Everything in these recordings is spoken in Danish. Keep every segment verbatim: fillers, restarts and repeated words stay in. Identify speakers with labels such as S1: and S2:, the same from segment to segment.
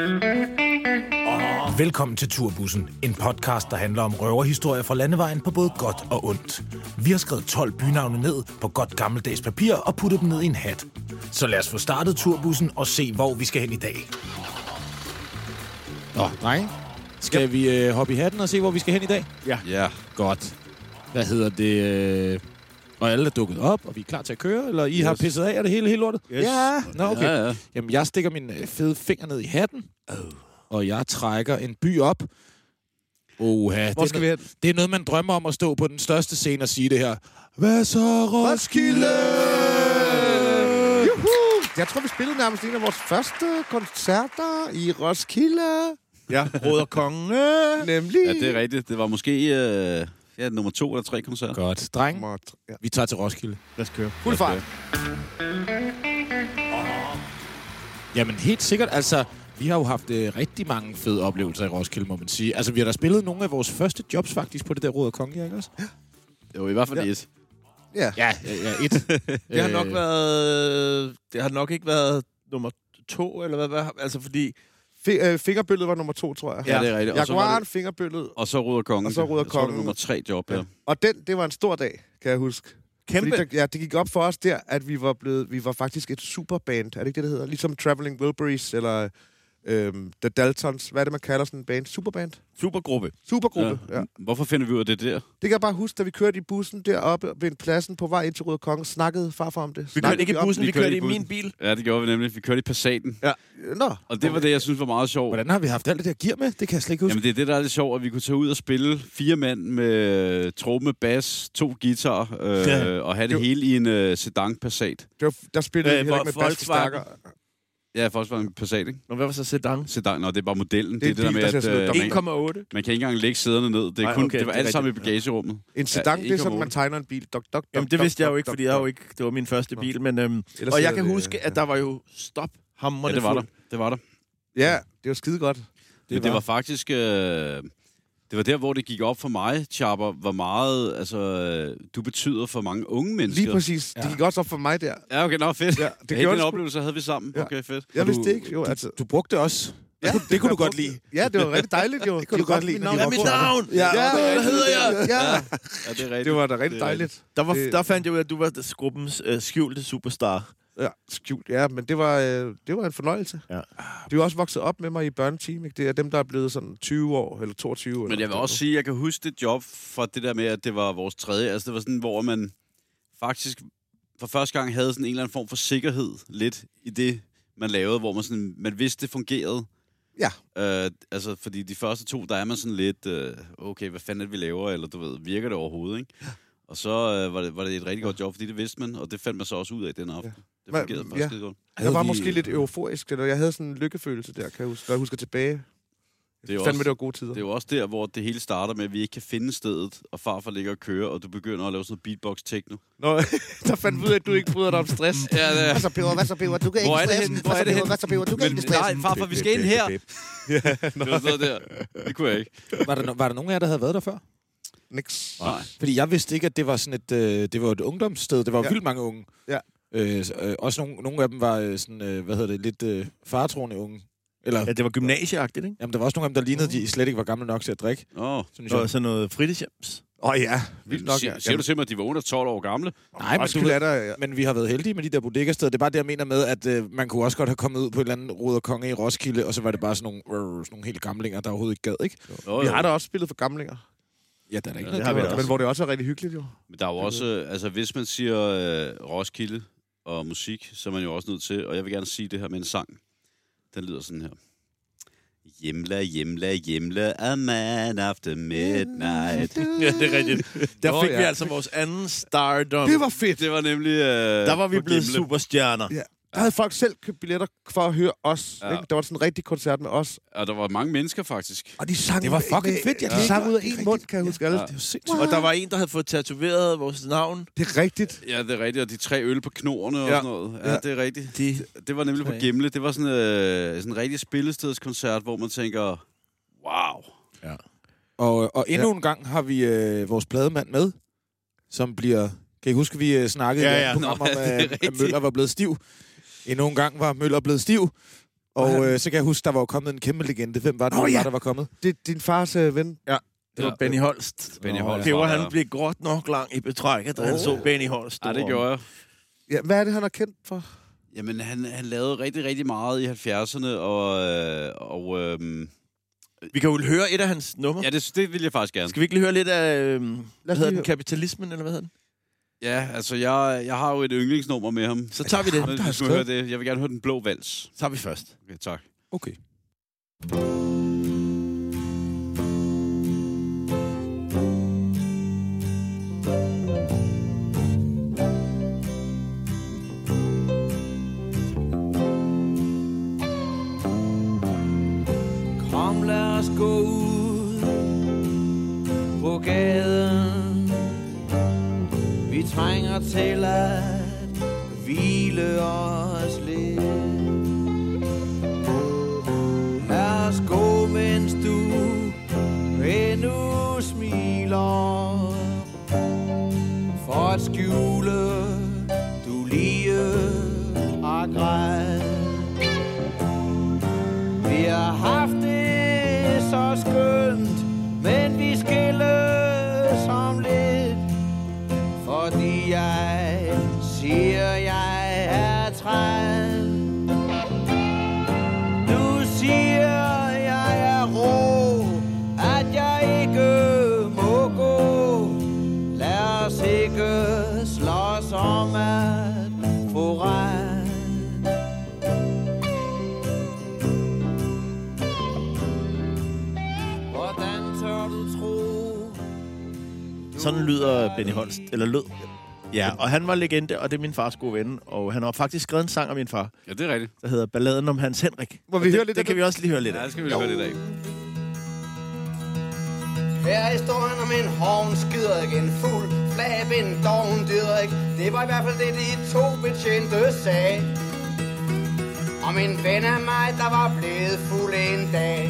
S1: Velkommen til Turbussen, en podcast, der handler om røverhistorier fra landevejen på både godt og ondt. Vi har skrevet tolv bynavne ned på godt gammeldags papir og puttet dem ned i en hat. Så lad os få startet Turbussen og se, hvor vi skal hen i dag.
S2: Nå, drenge. Skal yep. vi øh, hoppe i hatten og se, hvor vi skal hen i dag?
S3: Ja.
S2: Ja, godt. Hvad hedder det? Øh... Og alle er dukket op, og vi er klar til at køre? Eller I yes. har pisset af? Er det hele, hele lortet?
S3: Yes.
S2: Ja. Nå, okay.
S3: Ja, ja.
S2: Jamen, jeg stikker min øh, fede finger ned i hatten, oh. og jeg trækker en by op. Oha,
S3: Hvor skal vi hen?
S2: Det er noget, man drømmer om at stå på den største scene og sige det her. Hvad så, Roskilde?
S3: Juhu! Jeg tror, vi spillede nærmest en af vores første koncerter i Roskilde. Ja, Råd og Konge. Nemlig.
S4: Ja, det er rigtigt. Det var måske øh, ja, nummer to eller tre koncert.
S2: Godt. Dreng,
S3: ja.
S2: vi tager til Roskilde.
S3: Lad os køre. Fuld fart.
S2: Jamen, helt sikkert. Altså, vi har jo haft øh, rigtig mange fede oplevelser i Roskilde, må man sige. Altså, vi har da spillet nogle af vores første jobs faktisk på det der Råd og Konge, ikke også?
S4: Jo, i hvert fald
S3: ja.
S4: et.
S3: Ja.
S2: Ja, ja, ja et.
S3: Det har nok været... Det har nok ikke været nummer to, eller hvad? hvad altså, fordi... F- øh, fingerbøllet var nummer to, tror jeg.
S4: Ja, det er rigtigt.
S3: Jaguaren, fingerbøllet.
S4: Og så Råd og Konge.
S3: Og så Råd og Konge.
S4: Så var det nummer tre job, ja. ja.
S3: Og den, det var en stor dag, kan jeg huske. Kæmpe. Der, ja, det gik op for os der, at vi var blevet, vi var faktisk et superband. Er det ikke det, det hedder? Ligesom Traveling Wilburys, eller øhm, The Daltons. Hvad er det, man kalder sådan en band? Superband?
S4: Supergruppe.
S3: Supergruppe, ja. ja.
S4: Hvorfor finder vi ud af det der?
S3: Det kan jeg bare huske, da vi kørte i bussen deroppe ved pladsen på vej ind til Røde Konge, snakkede farfar om det.
S5: Vi kørte ikke i bussen, vi, vi kørte, kørte i min bil.
S4: Ja, det gjorde vi nemlig. Vi kørte i Passaten.
S3: Ja. Nå.
S4: Og det var det, jeg synes var meget sjovt.
S2: Hvordan har vi haft alt det der gear med? Det kan jeg slet ikke huske.
S4: Jamen, det er det, der er lidt sjovt, at vi kunne tage ud og spille fire mand med tromme, bas, to guitar, øh, ja. og have det jo. hele i en uh, sedan Passat.
S3: Det var, der spillede
S5: øh,
S3: vi heller ikke med
S5: Volkswagen.
S4: Ja, Volkswagen Passat, ikke?
S5: Nå, hvad var så sedan?
S4: Sedan, nå, det er bare modellen.
S3: Det er,
S4: det, er det der med, at...
S5: Uh, en komma otte.
S4: Man kan ikke engang lægge sæderne ned. Det, er
S5: Ej,
S4: kun,
S5: okay,
S4: det var
S5: det er
S4: alt sammen i
S5: rigtigt.
S4: bagagerummet.
S3: En sedan,
S4: ja,
S3: det er sådan, man tegner en bil. Dok, dok,
S5: Jamen, det
S3: dok,
S5: vidste jeg
S3: dok,
S5: jo ikke,
S3: dok,
S5: fordi jeg
S3: dok.
S5: jo ikke, det var min første bil. Men, øhm,
S3: Ellers
S5: og jeg
S3: er
S5: kan
S3: det,
S5: huske, at der var jo stop hamrende
S4: Ja, det var der.
S5: fuld.
S4: Det var der.
S3: Ja, det var skide godt.
S4: Det, Men det var faktisk... Øh, det var der, hvor det gik op for mig, Chapper, hvor meget altså, øh, du betyder for mange unge mennesker.
S3: Lige præcis. Ja. Det gik også op for mig der.
S4: Ja, okay, nå, fedt.
S3: Ja,
S4: det
S3: det
S4: hey,
S3: gjorde
S4: den
S3: det
S4: oplevelse havde vi sammen.
S3: Ja.
S4: Okay, fedt.
S3: Jeg vidste det ikke. Jo, altså.
S2: Du brugte det også.
S3: Ja,
S2: det kunne, det kunne du godt lide.
S3: Ja, det var rigtig dejligt, jo.
S2: Det kunne du godt lide.
S3: Hvad
S5: er mit navn?
S3: Ja,
S5: ja, hvad hedder jeg?
S3: Ja.
S4: Ja, det er rigtigt.
S3: Det var da rigtig dejligt.
S5: Der, var,
S3: Det-
S5: der fandt jeg ud af, at du var gruppens øh, skjulte superstar.
S3: Ja, skjult. Ja, men det var, øh, det var en fornøjelse.
S5: Ja.
S3: De er jo også vokset op med mig i børneteam, ikke? Det er dem, der er blevet sådan tyve år, eller toogtyve.
S4: Men
S3: eller
S4: jeg vil også sige, at jeg kan huske det job fra det der med, at det var vores tredje. Altså, det var sådan, hvor man faktisk for første gang havde sådan en eller anden form for sikkerhed lidt i det, man lavede, hvor man, sådan, man vidste, det fungerede.
S3: Ja.
S4: Øh, altså, fordi de første to, der er man sådan lidt, øh, okay, hvad fanden er det, vi laver? Eller du ved, virker det overhovedet, ikke? Og så øh, var, det, var det et rigtig godt job, fordi det vidste man, og det fandt man så også ud af den aften. Ja. Det fungerede
S3: Men,
S4: faktisk
S3: ja.
S4: skide godt.
S3: Jeg var
S2: vi-
S3: måske lidt euforisk, eller jeg havde sådan en lykkefølelse der, kan jeg huske, når jeg husker tilbage.
S4: Det er jo
S3: Fandme,
S4: også-
S3: det var gode tider.
S4: Det er jo også der, hvor det hele starter med, at vi ikke kan finde stedet, og farfar ligger og kører, og du begynder at lave sådan noget beatbox-techno.
S3: Nå, der fandt vi ud af, at du ikke bryder dig om stress.
S4: Ja, det er.
S3: Hvad så, Peber? Hvad så, Peber? Du kan
S4: Hvor
S3: ikke
S4: er det
S3: stresse.
S4: henne? Hvor er det henne?
S3: Hvad så, Peber? Du kan
S4: Men
S3: ikke stresse.
S4: nej, farfar, vi skal ind her.
S3: Ja,
S4: Det var sådan noget der. Det kunne jeg ikke.
S2: Var der, no- var der nogen af jer, der havde været der før?
S3: Niks.
S4: Nej.
S2: Fordi jeg vidste ikke, at det var sådan et, øh, det var et ungdomssted. Det var
S3: Ja.
S2: vildt mange unge.
S3: Ja.
S2: Øh, så, øh, også nogle, nogle af dem var øh, sådan, øh, hvad hedder det, lidt øh, faretroende unge. Eller,
S5: Ja, det var gymnasieagtigt, ikke?
S2: jamen, der var også nogle af dem, der lignede, at de slet ikke var gamle nok til at drikke.
S4: Åh.
S2: Synes
S5: Og
S2: jeg.
S5: sådan noget fritidshjems.
S3: Åh oh, ja, vildt nok.
S4: Siger,
S3: Ja.
S4: siger du simpelthen, at de var under tolv år gamle?
S2: Nej, men,
S3: Også
S2: du ved,
S3: klatter, ja.
S2: men vi har været heldige med de der bodega-steder. Det er bare det, jeg mener med, at øh, man kunne også godt have kommet ud på et eller andet Råd og Konge i Roskilde, og så var det bare sådan nogle, øh, sådan nogle helt gamlinger, der overhovedet ikke gad, ikke?
S4: Jo,
S3: Vi
S4: jo.
S3: har da også spillet for gamlinger.
S2: Ja, der er da ikke
S5: Ja, det
S2: noget.
S5: har vi
S2: var-
S5: da også.
S3: Men hvor det også er rigtig hyggeligt, jo.
S4: Men der er jo også, øh, altså hvis man siger øh, Roskilde og musik, så er man jo også nødt til, og jeg vil gerne sige det her med en sang. Den lyder sådan her. Hjemla, hjemla, hjemla, a man after midnight.
S5: Ja, det er rigtigt. Der
S3: Nå,
S5: fik
S3: ja.
S5: vi altså vores anden stardom.
S3: Det var fedt.
S4: Det var nemlig... Øh,
S5: Der var vi
S4: på
S5: blevet
S4: Gimle.
S5: superstjerner.
S3: Ja. Der havde folk selv købt billetter for at høre os.
S4: Ja.
S3: Ikke? Der var sådan en rigtig koncert med os.
S4: Og der var mange mennesker, faktisk.
S3: Og de sang
S2: Det var
S3: ud af-
S2: fucking
S3: med-
S2: fedt, jeg
S3: De
S2: kan
S3: sang
S2: ikke-
S3: ud af
S2: det er
S3: en
S2: rigtigt.
S3: mund, kan jeg huske alle.
S4: Ja.
S2: Det er jo sindssygt.
S5: Og der var en, der havde fået tatoveret vores navn.
S3: Det er rigtigt.
S4: Ja, det er rigtigt. Og de tre øl på knorene og
S3: Ja.
S4: sådan noget. Ja,
S3: Ja.
S4: det er rigtigt.
S5: De,
S4: Det var nemlig på
S5: Tre.
S4: Gimle. Det var sådan, øh, sådan en rigtig spillestedskoncert, hvor man tænker, wow.
S5: ja.
S2: Og, og endnu ja. en gang har vi øh, vores plademand med, som bliver... Kan I huske, vi øh, snakkede
S5: Ja,
S2: i
S5: ja.
S2: et program
S4: Nå,
S2: om,
S4: ja, det er
S2: at, at
S4: rigtigt.
S2: Møller var blevet stiv? Endnu en gang var Møller blevet stiv. Og øh, så kan jeg huske, der var jo kommet en kæmpe legende. Hvem var det,
S3: Åh,
S2: oh,
S3: ja.
S2: var, der var kommet?
S3: Det er din fars øh, ven.
S5: Det var
S4: Ja.
S5: Benny Holst.
S4: Benny
S5: Og
S4: Holst
S5: Peber,
S4: var
S5: han
S4: der.
S5: blev godt nok lang i betrækket, da oh. han så Benny Holst.
S4: Ja, det gjorde jeg.
S3: Ja, hvad er det, han er kendt for?
S4: Jamen, han, han lavede rigtig, rigtig meget i halvfjerdserne, og... Øh, og øh,
S5: Vi kan jo høre et af hans numre.
S4: ja, det, det vil jeg faktisk gerne.
S5: Skal vi ikke lige høre lidt af, øh, hvad
S3: lige
S5: hedder den,
S3: høre.
S5: kapitalismen, eller hvad hedder den?
S4: Ja, altså, jeg, jeg har jo et yndlingsnummer med ham.
S5: Så tager vi det.
S3: ham,
S4: Men
S3: der har
S4: vi skal høre
S3: skrevet?
S4: det. Jeg vil gerne høre den blå vals.
S5: Så tager vi først.
S4: Okay, tak.
S2: Okay.
S6: Kom, lad os gå ud på gaden. Vi trænger til at hvile os lidt. Lad os gå, mens du endnu smiler, for at skjule, du lige har grædt. Vi har haft det så skønt, men vi skilles om lidt, fordi jeg siger, jeg er træt. Du siger, jeg er rå, at jeg ikke må gå. Lad os ikke slås om at få ret. Hvordan tør du tro?
S5: Sådan lyder Benny Holst, eller lød. Ja, og han var legende, og det er min fars gode ven. Og han har faktisk skrevet en sang om min far,
S4: Ja, det er rigtigt.
S5: der hedder Balladen om Hans Henrik.
S3: Må
S5: Og
S3: vi
S5: det,
S3: høre lidt
S5: det
S3: af
S5: kan
S3: det?
S5: vi også lige høre lidt
S4: Ja,
S5: af.
S4: det skal vi lige høre lidt af.
S6: Her er historien om en hovn skiderik, en fuld flab, en doven dyderik. Det var i hvert fald det, de to betjente sagde. Om en ven af mig, der var blevet fuld en dag.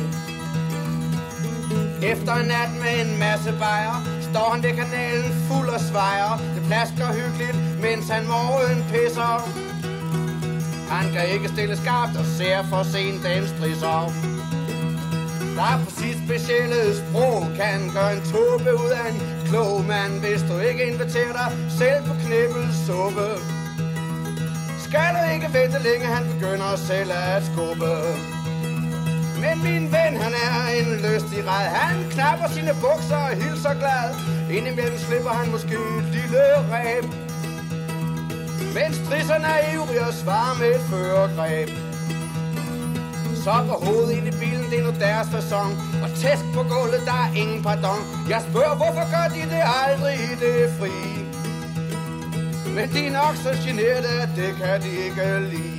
S6: Efter en nat med en masse bajer, står han ved kanalen fuld af svejer. Det plasker hyggeligt, mens han morgen pisser. Han kan ikke stille skarpt og ser for sent den strisser. Der er på sit specielle sprog, kan gøre en tåbe ud af en klog mand, hvis du ikke inviterer dig selv på knibbelsuppe. Skal du ikke vente længe, han begynder selv at skubbe. Men min ven, han er en lystig red. Han knapper sine bukser og hilser glad. Indimellem slipper han måske et lille ræb. Men strisserne er ivrig og svarer med et førergreb. Så på hovedet ind i bilen, det er nu deres facon. Og tæsk på gulvet, der er ingen pardon. Jeg spørger, hvorfor gør de det aldrig i det fri? Men de er nok så generte, at det kan de ikke lide.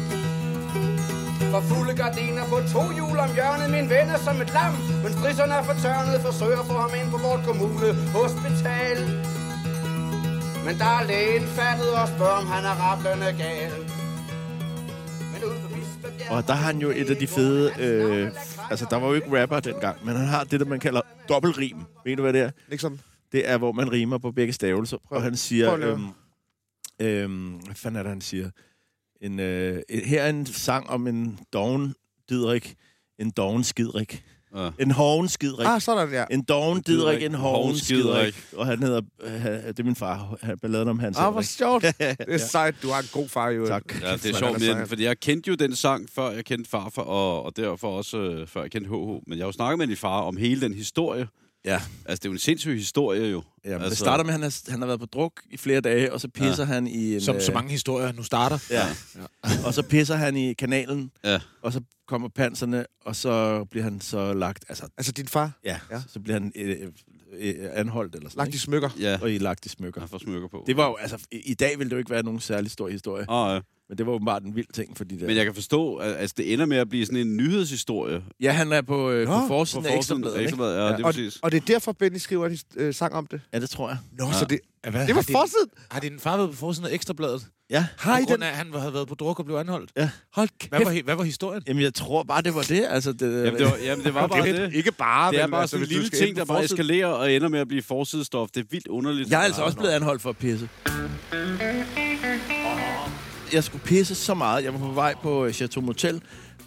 S6: For fulde gardiner på to hjul om hjørnet. Min ven er som et lam, men strisserne er fortørnet. Forsøger at få ham ind på vort kommune hospital. Men der er lægen fattet og spørger, om han er rablende gal. Men ude på Bispebjerg...
S5: Og der har han jo et af de fede... Øh, altså, der var jo ikke rapper dengang, men han har det, der man kalder dobbeltrim. Ved du, hvad det er?
S3: Liksom.
S5: Det er, hvor man rimer på begge stavelser.
S3: Prøv.
S5: Og han siger...
S3: Prøv at lave.
S5: Øhm, øhm, hvad fanden er det, han siger? En, øh, her er en sang om en doven didrik. En doven skidrik.
S4: Ja.
S5: En hoven skidrik.
S3: Ah, sådan, ja.
S5: En doven didrik, en hoven
S4: Hoven
S5: skidrik.
S4: skidrik.
S5: Og han hedder... Øh, det er min far. Han balladen om Hans
S3: Ah, hvor
S5: Henrik.
S3: sjovt. Det er sejt. Du har en god far, jo.
S5: Tak.
S4: Ja, det er
S3: Hvor
S4: sjovt,
S3: er det
S4: men,
S3: sejt.
S4: fordi jeg kendte jo den sang, før jeg kendte farfar, og, og derfor også øh, før jeg kendte H H. Men jeg har jo snakket med min far om hele den historie.
S5: Ja.
S4: Altså, det er jo en sindssyg historie, jo.
S5: Jamen,
S4: altså,
S5: det starter med, at han, er, han har været på druk i flere dage, og så pisser ja. han i en...
S2: Som
S5: øh,
S2: så mange historier nu starter.
S5: Ja. Og så pisser han i kanalen,
S4: Ja.
S5: og så kommer panserne, og så bliver han så lagt... Altså,
S3: Altså, din far
S5: ja,
S3: Ja.
S5: ja. så bliver han øh, øh, anholdt eller sådan,
S3: lagt i
S5: ikke?
S3: smykker.
S4: Ja,
S5: Og i lagt i smykker.
S4: han får smykker på.
S5: Det var jo, altså, i, i dag ville det jo ikke være nogen særlig stor historie,
S4: Ah, ja.
S5: men det var åbenbart en vild ting for de der.
S4: Men jeg kan forstå, at altså, det ender med at blive sådan en nyhedshistorie.
S5: Ja, han er på, øh,
S3: Nå,
S5: på forsiden af Ekstrabladet, ikke?
S4: Ekstrabladet, ja,
S5: Ja.
S4: det er
S3: Og,
S4: præcis.
S3: og det er derfor, Benny skriver en øh, sang om det.
S5: Ja, det tror jeg.
S3: Nå,
S4: Ja.
S3: så det,
S2: Hvad,
S3: det var
S2: har din-
S3: forsiden.
S2: Har din far været på forsiden af Ekstrabladet?
S5: Ja.
S3: Har I
S2: På grund
S3: den?
S2: af, at han havde været på druk og blev anholdt?
S5: Ja.
S3: Hold kæft.
S2: Hvad var, hi- hvad var historien?
S5: Jamen, jeg tror bare, det var det. Altså, det,
S4: Jamen, det var, jamen, det var bare det.
S3: Ikke bare,
S4: Det er
S3: vel,
S4: bare
S3: altså,
S4: sådan en
S3: hvis du
S4: lille
S3: skal
S4: ting,
S3: ind
S4: der
S3: på
S4: bare
S3: forsiden.
S4: eskalerer og ender med at blive forsidestof. Det er vildt underligt.
S5: Jeg er altså også blevet anholdt for at pisse. Jeg skulle pisse så meget. Jeg var på vej på Chateau Motel,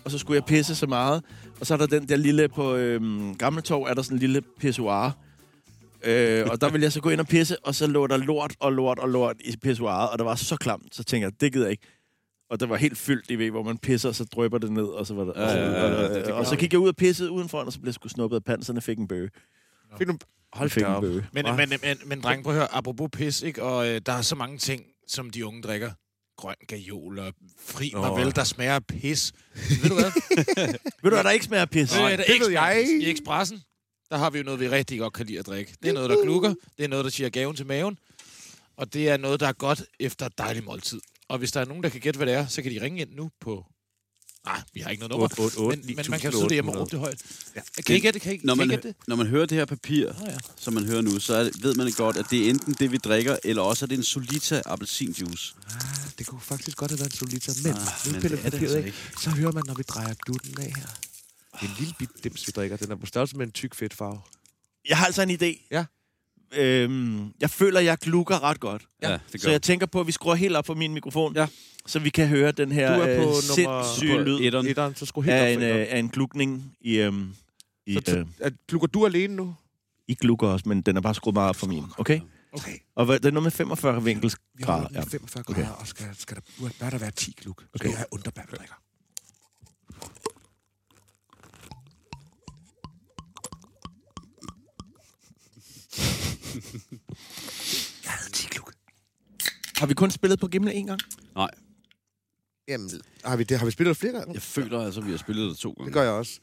S5: og så skulle jeg pisse så meget. Og så er der den der lille, på øhm, Gammeltorv er der sådan en lille pissoir. Øh, og der ville jeg så gå ind og pisse, og så lå der lort og lort og lort i pissoiret, og det var så klamt, så tænkte jeg, det gider jeg ikke. Og det var helt fyldt, I ved, hvor man pisser, og så drypper det ned, og så var der...
S2: Ja, ja, ja, ja, ja, det, det
S5: og så gik jeg ud og pissede udenfor, og så blev jeg sgu snuppet af panserne, fik en bøge.
S3: Fik du... Hold
S5: fik
S3: da
S5: en
S3: op.
S5: bøge.
S2: Men, men, men, men, men dreng, prøv at høre, apropos pis, ikke? Og øh, der er så mange ting, som de unge drikker. Grøn gajol og fri mig
S3: Nå.
S2: vel, der smager af pis. Ved du hvad?
S5: Ved du, at der ikke smager af pis?
S2: Nej, det
S3: det ved jeg.
S2: I Expressen, der har vi jo noget, vi rigtig godt kan lide at drikke. Det er noget, der glukker. Det er noget, der siger gaven til maven. Og det er noget, der er godt efter et dejligt måltid. Og hvis der er nogen, der kan gætte, hvad det er, så kan de ringe ind nu på... Nej, vi har ikke noget nummer.
S3: otte otte otte
S2: Men, men man kan jo sidde hjemme og råbe det højt.
S3: Ja.
S2: Kan I gætte det? Kan I,
S4: Når
S2: kan I
S4: man,
S2: gætte det?
S4: når man hører det her papir,
S2: Oh, ja.
S4: som man hører nu, så er det, ved man godt, at det er enten det, vi drikker, eller også er det en Solita appelsinjuice.
S3: Ah, det kunne faktisk godt have været en Solita, men
S4: Ah,
S3: nu
S4: men
S3: piller
S4: det er det
S3: papiret
S4: altså
S3: ikke. Så hører man, når vi drejer dutten af her. En lille bit dims, vi drikker. Den er på størrelse med en tyk fedtfarve.
S5: Jeg har altså en idé.
S3: Ja.
S5: Øhm, jeg føler, jeg glukker ret godt.
S4: Ja, det
S5: Så
S4: gør
S5: jeg tænker på, at vi skruer helt op på min mikrofon,
S4: Ja.
S5: så vi kan høre den her
S3: Du er på
S5: øh,
S3: nummer-
S5: sindssyge lyd
S4: etteren.
S3: Etteren, så skru helt
S5: af
S3: op
S5: en,
S3: for
S5: øh,
S3: etteren.
S5: af en glukning i... Øhm, i
S3: Så
S5: øh,
S3: t- at- Klukker du alene nu?
S5: I glukker også, men den er bare skruet meget op for min. Okay?
S3: Okay.
S5: Og hvad, det er noget med femogfyrre
S3: Vi har
S5: vinkelsgrader.
S3: ja. femogfyrre
S5: Okay.
S3: grader, og skal, skal der, bør der være ti gluk. Skal
S5: Okay.
S3: jeg have underbær, vi drikker. Jeg havde ti gluk.
S5: Har vi kun spillet på Gimle en gang?
S4: Nej,
S3: Jamen, har vi, det, har vi spillet det flere gange?
S4: jeg føler altså, at vi har spillet det to gange.
S3: Det gør jeg også.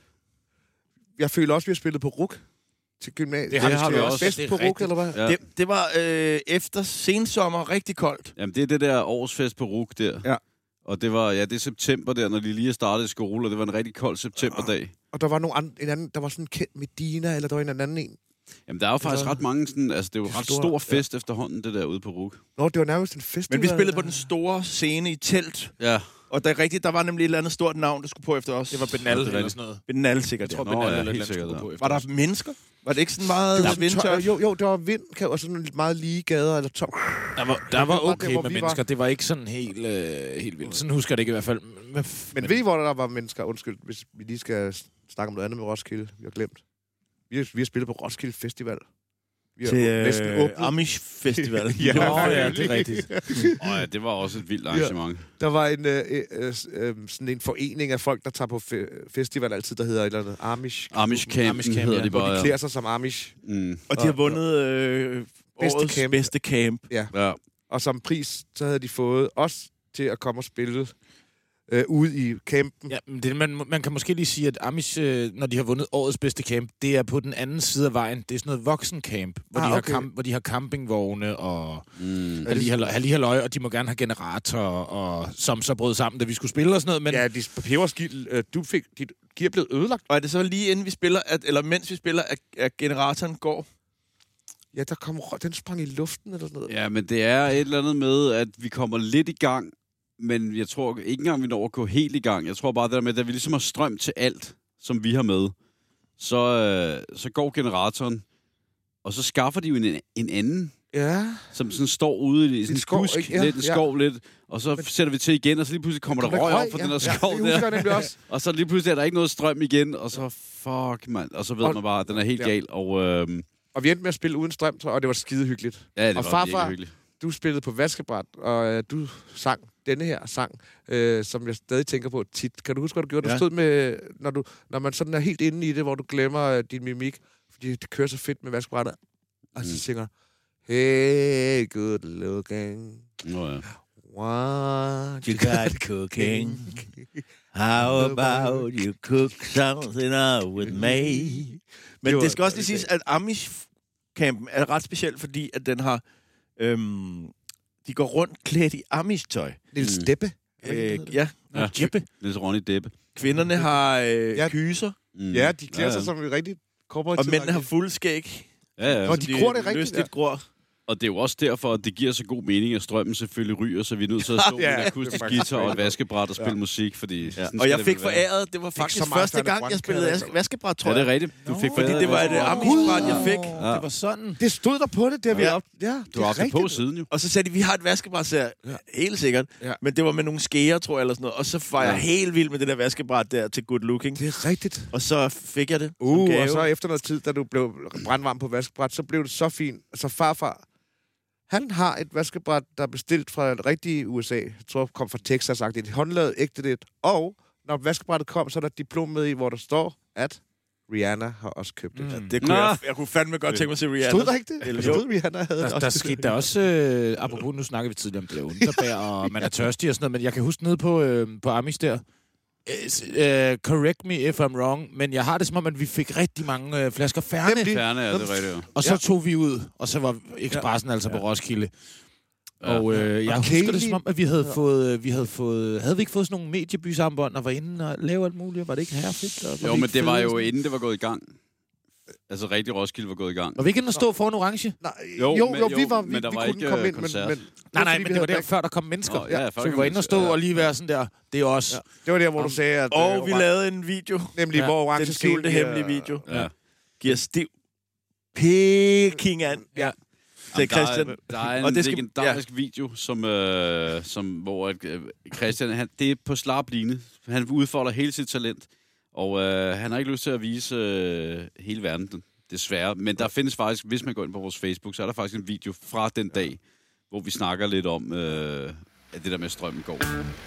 S3: Jeg føler også, at vi har spillet på R U K til gymnasiet.
S2: Det har
S4: vi har vi også.
S3: Fest
S2: Det er
S3: på R U K,
S2: rigtigt.
S3: eller hvad?
S4: Ja.
S5: Det, det var øh, efter sensommer rigtig koldt.
S4: Jamen, det er det der årsfest på R U K der.
S3: Ja.
S4: Og det var, ja, det er september der, når de lige er startet i skole, og det var en rigtig kold septemberdag.
S3: Og der var nogle andre, en anden, der var sådan en kendt Medina, eller der var en anden en.
S4: Jamen, der er jo faktisk
S3: Altså,
S4: ret mange sådan, altså det er jo
S3: det er
S4: ret
S3: store-
S4: stor fest ja. efterhånden, det der ude på R U K.
S3: Nå, det var nærmest en festival.
S5: Men vi spillede på den store scene i telt.
S4: Ja.
S5: Og der er rigtigt, der var nemlig et eller andet stort navn, der skulle på efter os.
S2: Det var Benal
S4: Ja, det er
S2: eller
S4: rigtigt.
S2: sådan noget.
S5: Benal sikkert,
S2: Jeg tror,
S5: ja.
S4: Nå,
S2: Benal
S4: ja,
S2: eller
S4: helt
S2: et eller andet
S4: sikkert,
S2: skulle
S4: ja.
S2: på
S5: Var
S2: efter
S5: der
S2: os.
S5: mennesker? Var det ikke sådan meget
S3: Det var
S5: vindtørt?
S3: tør, jo, jo, der var vind, kan- og sådan meget lige gader, eller tom.
S2: Der var, der var
S3: Det var
S2: okay
S3: der, hvor
S2: med
S3: vi var.
S2: mennesker. Det var ikke sådan helt, øh, helt vildt. Sådan husker jeg det ikke i hvert fald. Men,
S3: Men ved I, hvor der var mennesker? Undskyld, hvis vi lige skal snakke om noget andet med Roskilde. Vi har glemt. Vi har, vi har spillet på Roskilde Festival. Vi har
S5: Til
S3: næsten
S5: øh,
S3: åbnet.
S5: Amish Festival.
S3: Ja.
S2: Nå, ja, det er rigtigt.
S4: Og ja, det var også et vildt arrangement.
S3: Der var en, øh, øh, øh, sådan en forening af folk, der tager på fe- festival altid, der hedder et eller andet Amish.
S4: Amish Camp,
S2: Amish Camp,
S4: hedder
S2: ja.
S4: de
S3: Hvor
S4: bare.
S3: de
S4: Ja.
S3: klæder sig som Amish.
S4: Mm.
S5: Og de har vundet øh,
S3: Bedste
S5: årets
S3: camp.
S5: bedste camp.
S4: Ja.
S3: Og som pris, så havde de fået os til at komme og spille øh, ude i campen.
S2: Ja, men det, man, man kan måske lige sige, at Amish, øh, når de har vundet årets bedste camp, det er på den anden side af vejen. Det er sådan noget voksencamp, hvor,
S3: Ah,
S2: de har
S3: okay.
S2: kamp, hvor de har campingvogne og
S4: Mm.
S2: halvhalløj, og de må gerne have generator, og som så brød sammen, da vi skulle spille og sådan noget. Men
S3: Ja, de peberskild, øh, du fik, dit gear blev ødelagt.
S5: Og er det så lige inden vi spiller, at, eller mens vi spiller, at, at generatoren går?
S3: Ja, der kom røg, den sprang i luften eller sådan noget.
S4: Ja, men det er et eller andet med, at vi kommer lidt i gang, men jeg tror ikke engang, vi når at gå helt i gang. Jeg tror bare, det der med, at vi ligesom har strøm til alt, som vi har med, så, øh, så går generatoren, og så skaffer de jo en, en anden,
S3: Ja.
S4: som sådan står ude i sådan en
S3: skov,
S4: busk,
S3: ikke? Ja,
S4: lidt, en
S3: ja.
S4: skov lidt, og så sætter vi til igen, og så lige pludselig kommer der
S3: Kommer
S4: røg
S3: der
S4: op
S3: røg?
S4: fra
S3: Ja.
S4: den der
S3: Ja,
S4: skov
S3: det husker
S4: der.
S3: jeg nemlig også.
S4: Og så lige pludselig er der ikke noget strøm igen, og så fuck, mand. Og så ved
S3: Og-
S4: man bare, at den er helt
S3: Ja.
S4: gal. Og øhm,
S3: Og vi endte med at spille uden strøm, tror jeg, og det var skide hyggeligt.
S4: ja, det
S3: Og
S4: var
S3: farfar-
S4: virkelig hyggeligt.
S3: Du spillede på vaskebræt, og øh, du sang denne her sang, øh, som jeg stadig tænker på tit. Kan du huske, hvad du gjorde?
S5: Ja.
S3: Du stod med, når, du, når man sådan er helt inde i det, hvor du glemmer øh, din mimik, fordi det kører så fedt med vaskebrættet, og så
S4: Mm.
S3: synger, hey, good looking,
S4: Nå ja.
S3: what
S5: You got cooking. How about you cook something up with me? Men
S3: Det var-
S5: det skal også lige siges, at Amish-campen er ret speciel, fordi at den har... Øhm, de går rundt klædt i Amish-tøj.
S3: Lille
S4: Mm.
S3: steppe.
S5: Øh, ja,
S4: Ja.
S2: Jeppe.
S4: Lidt Ronny Deppe.
S5: kvinderne har øh,
S3: Ja.
S5: kyser,
S4: Mm.
S3: Ja, de klæder
S4: Ja,
S3: sig
S4: ja.
S3: som en rigtig
S5: og
S3: korporativ.
S5: mændene har fuldskæg.
S4: Ja, ja.
S3: Og de gror det rigtigt,
S5: Lystigt gror.
S4: Og det er jo også derfor, at det giver så god mening, at strømmen selvfølgelig ryger, så vi er nødt til at stå
S3: Ja,
S4: med en akustisk guitar og et vaskebræt og spille ja. musik, fordi...
S5: Ja.
S4: Sådan
S5: Og jeg
S4: det
S5: fik
S4: vel være.
S5: foræret, det var faktisk første gang, jeg spillede vaske- vaskebræt, tror
S4: Ja,
S5: jeg.
S4: det er rigtigt. Du fik
S5: Fordi det var et amisbræt, jeg fik.
S2: Ja. Det var sådan.
S3: Det stod der på det, det har vi
S5: Ja.
S3: op. Ja, det
S4: Du har haft det på siden jo.
S5: Og så sagde de, vi har et vaskebræt, så jeg, helt sikkert.
S3: Ja.
S5: Men det var med nogle skeer, tror jeg, eller sådan noget. Og så var jeg
S4: Ja.
S5: helt vild med det der vaskebræt der til Good Looking.
S3: Det er rigtigt.
S5: Og så fik jeg det som
S3: Uh,
S5: gave.
S3: og så efter noget tid, da du blev brandvarm på vaskebræt, så blev det så fint. Altså farfar, han har et vaskebræt, der er bestilt fra et rigtigt U S A. Jeg tror, kom fra Texas, sagt et håndlavet ægte det. Og når vaskebrættet kom, så er der et diplom med i, hvor der står, at Rihanna har også købt det.
S2: Mm.
S5: Ja, det kunne
S4: Nå.
S5: jeg, jeg kunne fandme godt tænke mig at se Rihanna.
S3: Stod der ikke det?
S5: Eller
S3: Der stod, Rihanna havde
S2: Der,
S3: også
S2: der skete der også, øh, apropos, nu snakker vi tidligere om det der underbær, og man er tørstig og sådan noget, men jeg kan huske nede på, øh, på Amis der, øh, correct me if I'm wrong, men jeg har det som om, at vi fik rigtig mange øh, flasker færne,
S3: Nemlig.
S4: Færne er det rigtigt, jo.
S2: og så
S3: Ja.
S2: tog vi ud, og så var Expressen ja. altså på Roskilde.
S4: Ja.
S2: Og øh, jeg
S3: Og
S2: husker det
S3: Kaylee-
S2: som om, at vi havde
S3: Ja.
S2: fået, øh, vi havde fået, havde vi ikke fået sådan nogle mediebysambånd, og var inde og lave alt muligt? Var det ikke herfedt? Og var
S4: Jo,
S2: vi
S4: men
S2: ikke
S4: det var
S2: fede
S4: jo
S2: sådan?
S4: inden det var gået i gang. Altså rigtig Roskilde var gået i gang.
S2: Var vi ikke inde og stå foran orange?
S3: Nej,
S4: Jo,
S3: jo, jo,
S4: men-
S3: jo, vi
S4: jo,
S3: var, vi,
S4: men der
S3: vi
S4: var
S3: kunne
S4: ikke,
S3: komme
S4: øh,
S3: ind, men,
S4: koncert.
S3: men...
S2: Nej, nej,
S3: fordi
S2: men
S3: vi
S2: det var
S3: havde
S2: der, før der kom mennesker.
S4: Nå, ja,
S2: Så vi var inde og stå og lige være sådan der, det er os.
S3: Ja. Det var der, hvor du sagde, at...
S5: Og
S3: øh,
S5: vi
S3: oran-
S5: lavede en video.
S3: Nemlig,
S2: Ja.
S3: hvor orange
S5: Den skjulte
S3: scene,
S5: hemmelige
S3: øh,
S5: video.
S4: Ja.
S5: Giver stiv peking an.
S2: Ja.
S5: Til Christian.
S4: Der er, der er en
S5: Og
S4: og
S5: det skal-
S4: legendarisk ja. video, som, øh, som, hvor at, øh, Christian, han, det er på slap line. Han udfolder hele sit talent, og øh, han har ikke lyst til at vise øh, hele verden, desværre. Men der findes faktisk, hvis man går ind på vores Facebook, så er der faktisk en video fra den dag, hvor vi snakker lidt om, øh, at det der med strømmen går.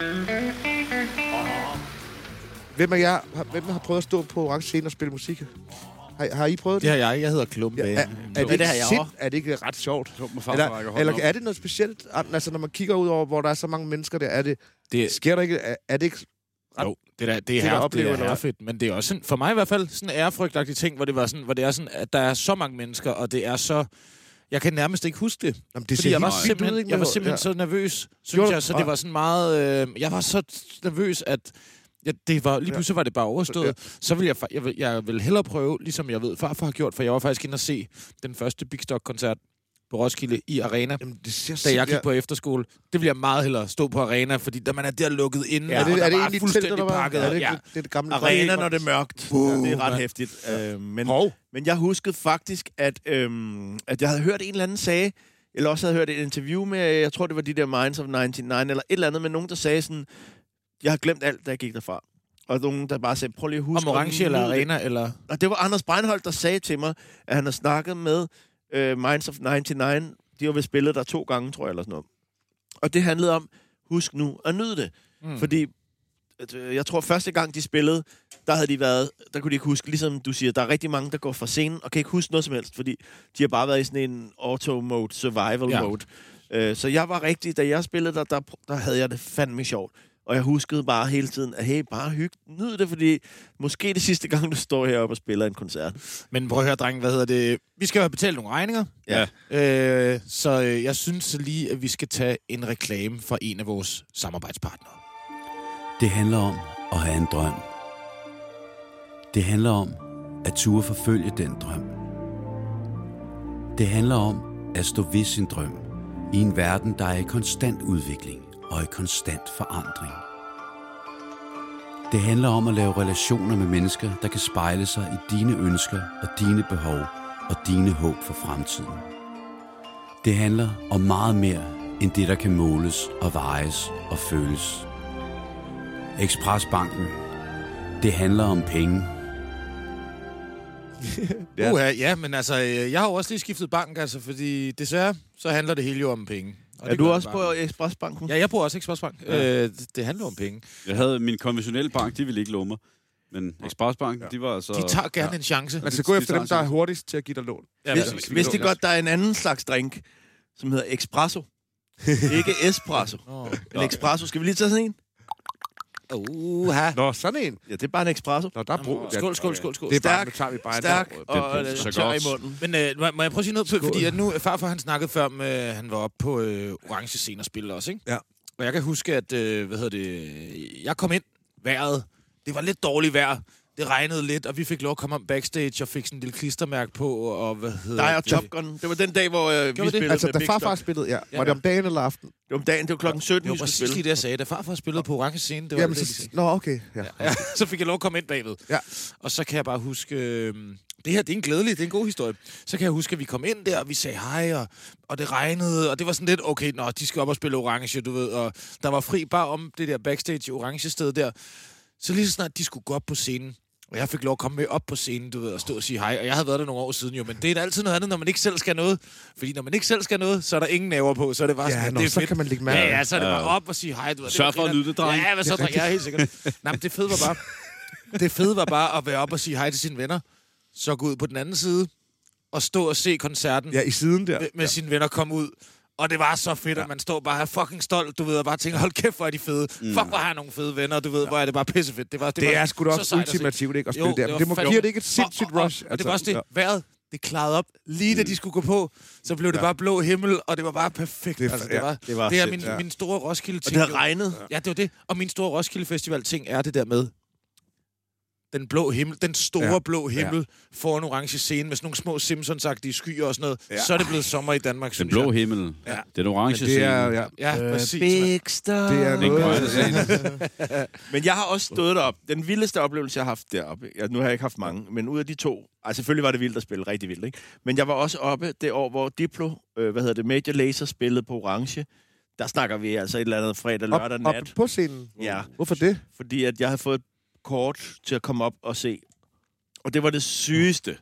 S3: Hvem af jer har, hvem har prøvet at stå på orange scene og spille musik? Har, har I prøvet
S2: Det
S3: det?
S2: har jeg. Jeg hedder Klumpe.
S3: Ja, er, er, det
S5: det
S3: ikke
S5: har jeg
S3: sind,
S5: også.
S3: er det ikke ret sjovt?
S4: Eller,
S3: Eller, eller er det noget specielt? Altså, når man kigger ud over, hvor der er så mange mennesker der, er det,
S2: Det,
S3: sker der ikke... Er, er det ikke...
S2: jo, det, der, det er
S3: at
S2: her,
S3: opleve,
S2: det er
S3: eller hvad?
S2: herfedt, men det er også sådan, for mig i hvert fald sådan en ærefrygtagtig ting, hvor det var sådan, hvor det er sådan, at der er så mange mennesker, og det er så... Jeg kan nærmest ikke huske det.
S3: Jamen, det
S2: Fordi jeg var
S3: helt vildt ud,
S2: simpelthen,
S3: ikke,
S2: jeg var
S3: med-
S2: simpelthen
S3: ja.
S2: så nervøs, synes
S3: Gjorde
S2: jeg,
S3: du?
S2: så det var sådan meget... Øh, jeg var så nervøs, at ja, det var, lige pludselig var det bare overstået.
S3: Ja.
S2: Så vil jeg, fa- jeg, vil, jeg vil hellere prøve, ligesom jeg ved, farfar har gjort, for jeg var faktisk inde og se den første Big Stock-koncert på Roskilde i Arena,
S3: Jamen, det ser
S2: da jeg gik
S3: ja.
S2: på efterskole. Det vil jeg meget hellere stå på Arena, fordi da man er der lukket inde,
S3: Ja, er det,
S2: og der
S3: er det
S2: var
S3: egentlig
S2: fuldstændig
S3: telt, der var?
S2: pakket.
S3: Er det,
S2: ja.
S3: det, det er det gamle...
S5: Arena, når det er mørkt.
S2: Uh,
S5: Ja, det er ret
S2: mand.
S5: hæftigt. Øh, men,
S3: Hov.
S5: men jeg huskede faktisk, at, øhm, at jeg havde hørt en eller anden sige, eller også havde hørt et interview med, jeg tror, det var de der Minds of nioghalvfems, eller et eller andet, med nogen, der sagde sådan, jeg har glemt alt, da jeg gik derfra. Og nogen, der bare sagde, prøv lige at huske...
S2: Om Orange
S5: at
S2: eller
S5: nyde det.
S2: Arena, eller...
S5: Og det var Anders Breinholt, der sagde til mig, at han har snakket med øh, Minds of nioghalvfems. De var ved spillet der to gange, tror jeg, eller sådan noget. Og det handlede om, husk nu at nyde det. Mm. Fordi øh, jeg tror, første gang de spillede, der havde de været, der kunne de ikke huske, ligesom du siger, der er rigtig mange, der går fra scenen og kan ikke huske noget som helst, fordi de har bare været i sådan en auto-mode, survival
S2: Ja.
S5: mode. Øh, så jeg var rigtig, da jeg spillede der, der, der havde jeg det fandme sjovt. Og jeg huskede bare hele tiden, at hey, bare hygge, nyd det, fordi måske det sidste gang, du står heroppe og spiller en koncert.
S2: Men prøv at høre, drenge, hvad hedder det? Vi skal jo have betalt nogle regninger.
S5: Ja.
S2: Øh, så øh, jeg synes lige, at vi skal tage en reklame fra en af vores samarbejdspartnere.
S7: Det handler om at have en drøm. Det handler om at turde forfølge den drøm. Det handler om at stå ved sin drøm i en verden, der er i konstant udvikling og i konstant forandring. Det handler om at lave relationer med mennesker, der kan spejle sig i dine ønsker og dine behov og dine håb for fremtiden. Det handler om meget mere end det, der kan måles og vejes og føles. Expressbanken. Det handler om penge.
S2: Ja. Uha, ja, men altså, øh, jeg har jo også lige skiftet bank, altså, fordi desværre, så handler det hele jo om penge. Og
S5: Er
S2: det
S5: du
S2: gør
S5: også
S2: det
S5: på
S2: bare.
S5: Expressbanken?
S2: Ja, jeg bruger også Expressbank. Ja. Øh, det, det handler om penge.
S4: Jeg havde min konventionelle bank, de ville ikke låne mig. Men Expressbank, ja. de var altså...
S2: De tager gerne ja. en chance.
S3: Man skal gå efter dem, der er hurtigst til at give dig lån.
S2: Ja,
S5: Hvis,
S2: præcis.
S5: hvis det godt, der er en anden slags drink, som hedder espresso. Ikke espresso.
S2: Åh.
S5: En espresso. Skal vi lige tage sådan en?
S2: Uha.
S3: Nå, sådan en.
S5: Ja, det er bare en espresso.
S3: Nå, der er brug.
S2: Skål, skål, skål, skål.
S3: Det er bare,
S5: Stærk,
S3: nu tager vi bare en
S5: Stærk
S3: der.
S5: og
S4: det er
S5: øh,
S4: så
S5: tør i
S4: godt.
S5: munden.
S2: Men øh, må, må jeg prøve at sige noget? Skål. Fordi at nu, farfar han snakkede før med, han var oppe på øh, orange scene og spillede også, ikke?
S3: Ja.
S2: Og jeg kan huske, at, øh, hvad hedder det, jeg kom ind, vejret, det var lidt dårligt vejr, det regnede lidt, og vi fik lov at komme om backstage og fik sådan en lille klistermærke på, og hvad hedder
S5: Nej, og Top Gun. Det var den dag, hvor øh, vi
S2: det?
S5: spillede
S3: Altså,
S5: med
S3: da
S5: Big
S3: farfar
S5: Stock.
S3: spillede, ja.
S2: Ja.
S3: Var det om dagen eller aften?
S5: Det var om dagen, det var klokken sytten,
S2: Det var
S5: vi skulle
S2: præcis
S5: spille.
S2: lige det, jeg sagde. Da farfar spillede på orange scene, det var
S3: Jamen,
S2: det,
S3: så...
S2: de
S3: Nå, okay. Ja.
S2: Ja, så fik jeg lov at komme ind bagved.
S3: Ja.
S2: Og så kan jeg bare huske... Øh, det her, det er en glædelig, det er en god historie. Så kan jeg huske, at vi kom ind der, og vi sagde hej, og, og det regnede, og det var sådan lidt, okay, nå, de skal op og spille orange, du ved, og der var fri bare om det der backstage orange sted der. Så lige så snart de skulle gå op på scenen, og jeg fik lov at komme med op på scenen, du ved, og stå og sige hej. Og jeg havde været der nogle år siden jo, men det er altid noget andet, når man ikke selv skal noget. Fordi når man ikke selv skal noget, så er der ingen naver på, så er det bare
S3: Ja,
S2: sådan,
S3: nå,
S2: det er
S3: så
S2: fedt.
S3: kan man lægge mærke.
S2: Ja, ja, så er det bare op og sige hej. Du ved,
S4: Sørg for at nyde det, dreng.
S2: Ja, hvad så, dreng? Ja, helt sikkert. Nej, men det fede var bare, det fede var bare at være op og sige hej til sine venner, så gå ud på den anden side, og stå og se koncerten
S3: Ja, i siden der.
S2: med, med sine venner komme ud. Og det var så fedt, ja. At man står bare her fucking stolt, du ved, og bare tænker, hold kæft, hvor er de fede. Mm. Fuck, hvor har jeg nogle fede venner, du ved, ja. Hvor er det bare pissefedt. Det, var, det,
S3: Det
S2: var
S3: er sgu da
S2: så
S3: også
S2: sejt at se.
S3: ultimativt, ikke, at spille
S2: Jo,
S3: der.
S2: det
S3: Men
S2: var
S3: det må
S2: fandme-
S3: give det ikke et sindssygt
S2: og, og,
S3: rush.
S2: Og, og det var også det, vejret, det klarede op. Lige da de skulle gå på, så blev det bare blå himmel, og det var bare perfekt.
S3: Det er-
S2: Altså, det
S3: ja,
S2: var,
S5: det var
S2: det er
S5: fedt,
S2: min,
S3: ja.
S2: min store
S5: Og
S2: Roskilde-ting.
S5: det havde regnet.
S2: Ja, det var det. Og min store Roskilde Festival-ting er det der med den blå himmel, den store
S3: Ja.
S2: blå himmel, ja. Foran en orange scene med sådan nogle små Simpsons-agtige skyer og sådan noget.
S3: Ja.
S2: Så er det blevet sommer i Danmark,
S4: Den
S2: synes
S4: blå
S2: jeg.
S4: himmel.
S2: Ja.
S4: Den orange
S3: Det er,
S4: scene.
S3: ja,
S2: Ja, præcis.
S5: Big Star.
S3: det er
S4: Den
S3: noget...
S4: grønne scene.
S5: Men jeg har også stået deroppe. Den vildeste oplevelse, jeg har haft deroppe, ja, nu har jeg ikke haft mange, men ud af de to, altså selvfølgelig var det vildt at spille, rigtig vildt, ikke? Men jeg var også oppe det år, hvor Diplo, øh, hvad hedder det, Major Lazer spillede på Orange. Der snakker vi altså et eller andet fredag,
S3: Op,
S5: lørdag
S3: op
S5: nat.
S3: på scenen.
S5: Ja.
S3: Hvorfor det?
S5: Fordi at jeg havde fået et kort til at komme op og se. Og det var det sygeste.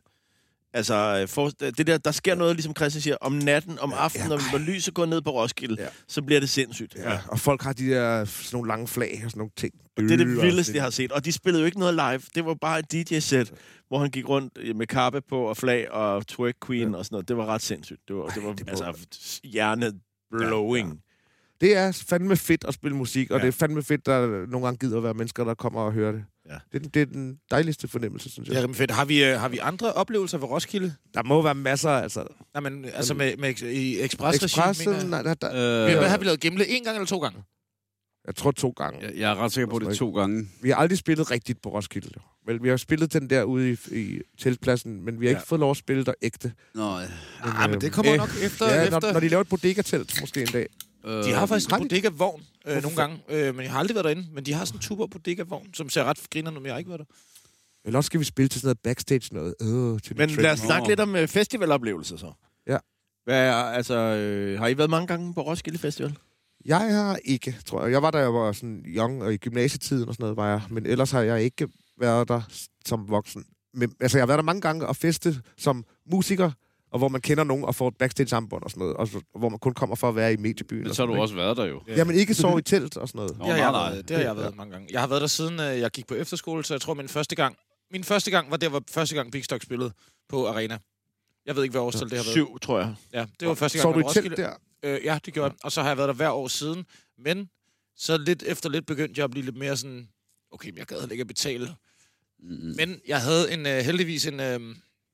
S5: Altså, for, det der, der sker noget, ligesom Christian siger, om natten, om aftenen, når, når lyset går ned på Roskilde,
S3: Ja.
S5: så bliver det sindssygt.
S3: Ja, og folk har de der sådan nogle lange flag og sådan nogle ting.
S5: Det er det vildeste, jeg har set. Og de spillede jo ikke noget live. Det var bare et D J-sæt, hvor han gik rundt med kappe på og flag og twerk queen ja. og sådan noget. Det var ret sindssygt. Det var, det var
S3: det må-
S5: altså hjerneblowing. Ja, ja.
S3: Det er fandme fedt at spille musik, og
S5: Ja.
S3: det er fandme fedt, der nogle gange gider at være mennesker, der kommer og hører det.
S5: Ja.
S3: Det, det er den dejligste fornemmelse, synes jeg.
S2: Det er rimelig fedt. Har vi, øh, har vi andre oplevelser ved Roskilde?
S3: Der må være masser, altså.
S2: Nej, men altså med, med eks- i Express-regime,
S3: Expressen,
S2: mener jeg.
S3: nej, der, der,
S4: Øh,
S2: Hvad har vi lavet? Gimle en gang eller to gange?
S3: jeg tror to gange.
S4: jeg- Jeg er ret sikker på, at det er to gange.
S3: Vi har aldrig spillet rigtigt på Roskilde. Vel, vi har spillet den der ude i, i teltpladsen, men vi har ikke
S5: Ja.
S3: fået lov at spille der ægte.
S4: Nå,
S2: Ah, men det kommer
S3: øh,
S2: nok efter.
S3: Ja,
S2: efter.
S3: når, når de laver et bodega-telt, måske en dag.
S4: øh,
S2: De har faktisk
S3: har
S2: en
S3: de?
S2: bodega-vogn øh, nogle gange, øh, men jeg har aldrig været derinde. Men de har sådan en tuber bodega-vogn, som ser ret grinerende ud, men jeg har ikke været der.
S3: Eller også skal vi spille til sådan noget backstage noget. Øh, til
S5: Men
S3: lidt
S5: lad os
S3: trendy.
S5: snakke lidt om uh, festivaloplevelser så.
S3: Ja.
S5: Hvad er, altså, øh, har I været mange gange på Roskilde Festival?
S3: Jeg har ikke, tror jeg. Jeg var der, jeg var sådan young, og i gymnasietiden og sådan noget var jeg. Men ellers har jeg ikke været der som voksen. Men, altså, jeg har været der mange gange og festet som musiker, og hvor man kender nogen og får et backstage-armbånd og sådan noget. Og, så, og hvor man kun kommer for at være i mediebyen.
S4: Men
S3: og
S4: så har du
S3: sådan,
S4: også været der jo.
S3: ikke? Jamen ikke sove i telt og sådan noget.
S4: Nå,
S2: Det har, jeg
S4: nej, nej.
S2: været, det har jeg været mange gange. Jeg har været der siden øh, jeg gik på efterskole, så jeg tror min første gang... Min første gang var der, hvor første gang Big Stock spillede på Arena. Jeg ved ikke, hvad årstal det har været.
S5: Syv, tror jeg.
S2: Ja, det var første gang,
S3: Så
S2: jeg
S3: du
S2: var
S3: i
S2: på
S3: telt
S2: Roskilde.
S3: der?
S2: Øh, ja, det gjorde jeg. Og så har jeg været der hver år siden. Men så lidt efter lidt begyndte jeg at blive lidt mere sådan... Okay, men jeg gad heller ikke at betale.
S4: Mm.
S2: Men jeg havde en, øh, heldigvis en, øh,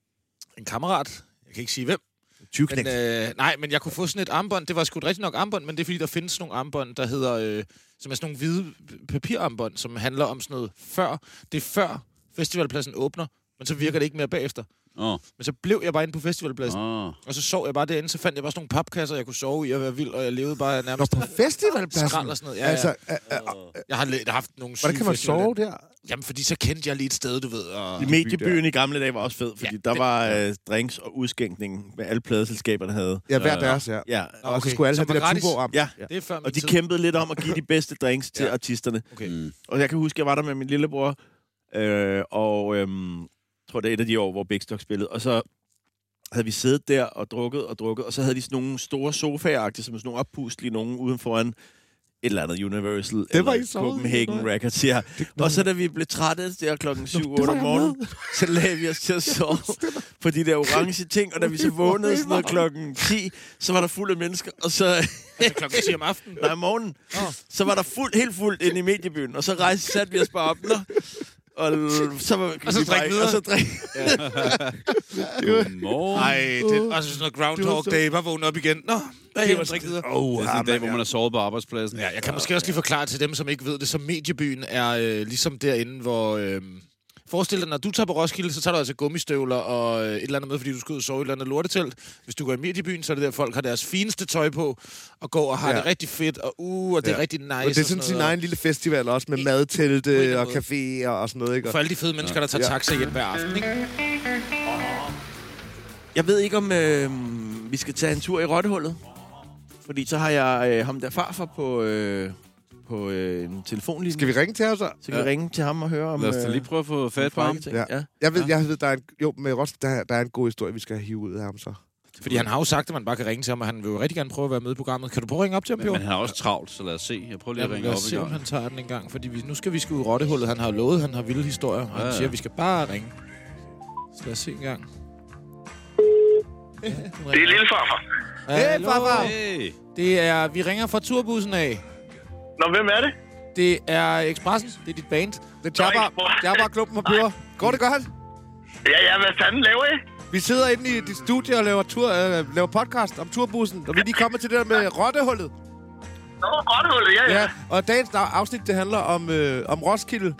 S2: en kammerat. Jeg kan ikke sige hvem. Men, øh, nej, men jeg kunne få sådan et armbånd. Det var sgu et rigtig nok armbånd, men det er fordi, der findes nogle armbånd, der hedder... Øh, som er sådan nogle hvide papirarmbånd, som handler om sådan noget før. Det er før festivalpladsen åbner, men så virker det ikke mere bagefter.
S4: Åh,
S2: Men så blev jeg bare inde på festivalpladsen,
S4: åh.
S2: og så sov jeg bare derinde. Så fandt jeg bare sådan nogle papkasser, jeg kunne sove i og være vild, og jeg levede bare
S3: Nå,
S2: nærmest
S3: på festivalpladsen?
S2: skrald og sådan noget. Ja,
S3: Altså,
S2: ja.
S3: øh, øh,
S2: Jeg har, læ- jeg har haft nogle
S3: hvordan kan man
S2: festivaler.
S3: sove der?
S2: Jamen, fordi så kendte jeg lige et sted, du ved. Og...
S5: I mediebyen i gamle dage var også fed, fordi
S2: Ja,
S5: der
S2: det-
S5: var øh, drinks og udskænkning, hvad alle pladeselskaberne havde.
S3: Ja, hver
S4: Ja.
S3: deres, ja.
S5: Ja,
S3: Og så
S2: okay.
S3: skulle alle
S2: Som
S3: have det
S2: var
S3: der
S2: gratis?
S3: tuborarm.
S5: ja.
S2: Det er før min
S5: Og de
S2: tid.
S5: kæmpede lidt om at give de bedste drinks til
S2: Ja.
S5: artisterne.
S2: Okay.
S4: Mm.
S5: Og jeg kan huske, jeg var der med min lillebror, øh, og øhm, jeg tror, det er et af de år, hvor Big Stock spillede. Og så havde vi siddet der og drukket og drukket, og så havde de sådan nogle store sofaer-agtige, som sådan nogle oppustelige nogen uden foran et eller andet Universal
S3: Det var
S5: eller
S3: I sovet i,
S5: Copenhagen
S3: eller
S5: Records, ja. Og så da vi blev trætte der klokken syv otte om morgenen, så lagde vi os til at sove på de der orange ting, og da vi så vågnede sådan noget klokken ti, så var der fuld af mennesker, og så...
S2: Altså klokken ti om aftenen.
S5: Nej, om morgenen. Oh. Så var der fuldt, helt fuldt inde i mediebyen, og så rejste, satte vi os bare op, nå, og l- så var
S2: Og så
S5: vi
S2: drik
S5: bare-
S2: videre.
S5: Og så drik.
S4: Godmorgen.
S2: Nej, det er altså sådan noget Groundhog Day. Bare vågne op igen. Nå, der er drik videre.
S3: Oh,
S4: Det er sådan en dag, hvor man har sovet på arbejdspladsen.
S2: Ja, jeg kan måske også lige forklare til dem, som ikke ved det, så mediebyen er øh, ligesom derinde, hvor... Øh, Forestil dig, når du tager på Roskilde, så tager du altså gummistøvler og øh, et eller andet med, fordi du skal ud og sove i et eller andet lortetelt. Hvis du går i mediebyen, så er det der, folk har deres fineste tøj på, og går og har ja. det rigtig fedt, og uh, og det ja. er rigtig nice. Og
S3: det er sådan sin egen lille festival også, med madtelte og caféer og sådan noget, ikke?
S2: For alle de fede mennesker, ja. der tager taxa hjem hver aften, ikke?
S5: Jeg ved ikke, om øh, vi skal tage en tur i Rottehullet. Fordi så har jeg øh, ham der farfar på, øh, på øh, en telefonlinje.
S3: Skal vi ringe til ham så?
S5: Så kan ja. vi ringe til ham og høre om...
S4: Lad os da lige prøve at få fat på ham.
S3: Ja. Ja. Jeg ved, jeg ved, der er en, jo, med Ross, der, der er en god historie, vi skal hive ud af ham så.
S2: Fordi han har jo sagt, at man bare kan ringe til ham, og han vil jo rigtig gerne prøve at være med i programmet. Kan du prøve at ringe op til ham, Pio?
S4: Men han er også travlt, så lad os se. Jeg prøver lige ja, at ringe op i gang.
S2: Lad os se, om han tager den en gang. Fordi vi, nu skal vi sgu ud i Rottehullet. Han har lovet, han har vilde historier. Og ja, han siger, at vi skal bare ringe. Så lad os se en gang.
S8: Ja, det er lille farfar.
S3: Hey, farfar.
S2: Hey. Det er, vi ringer fra turbussen af.
S8: Nå, hvem er det?
S2: Det er Expressen. Det er dit band.
S3: Det er Jabbar Klumpen og Pure. Går det godt?
S8: Ja, ja, hvad fanden laver I?
S3: Vi sidder inde i dit studie og laver, tur, øh, laver podcast om turbussen, og vi er lige kommet til det der med Rottehullet.
S8: Nå, Rottehullet, ja, ja.
S3: Ja, og dagens afsnit, det handler om, øh, om Roskilde.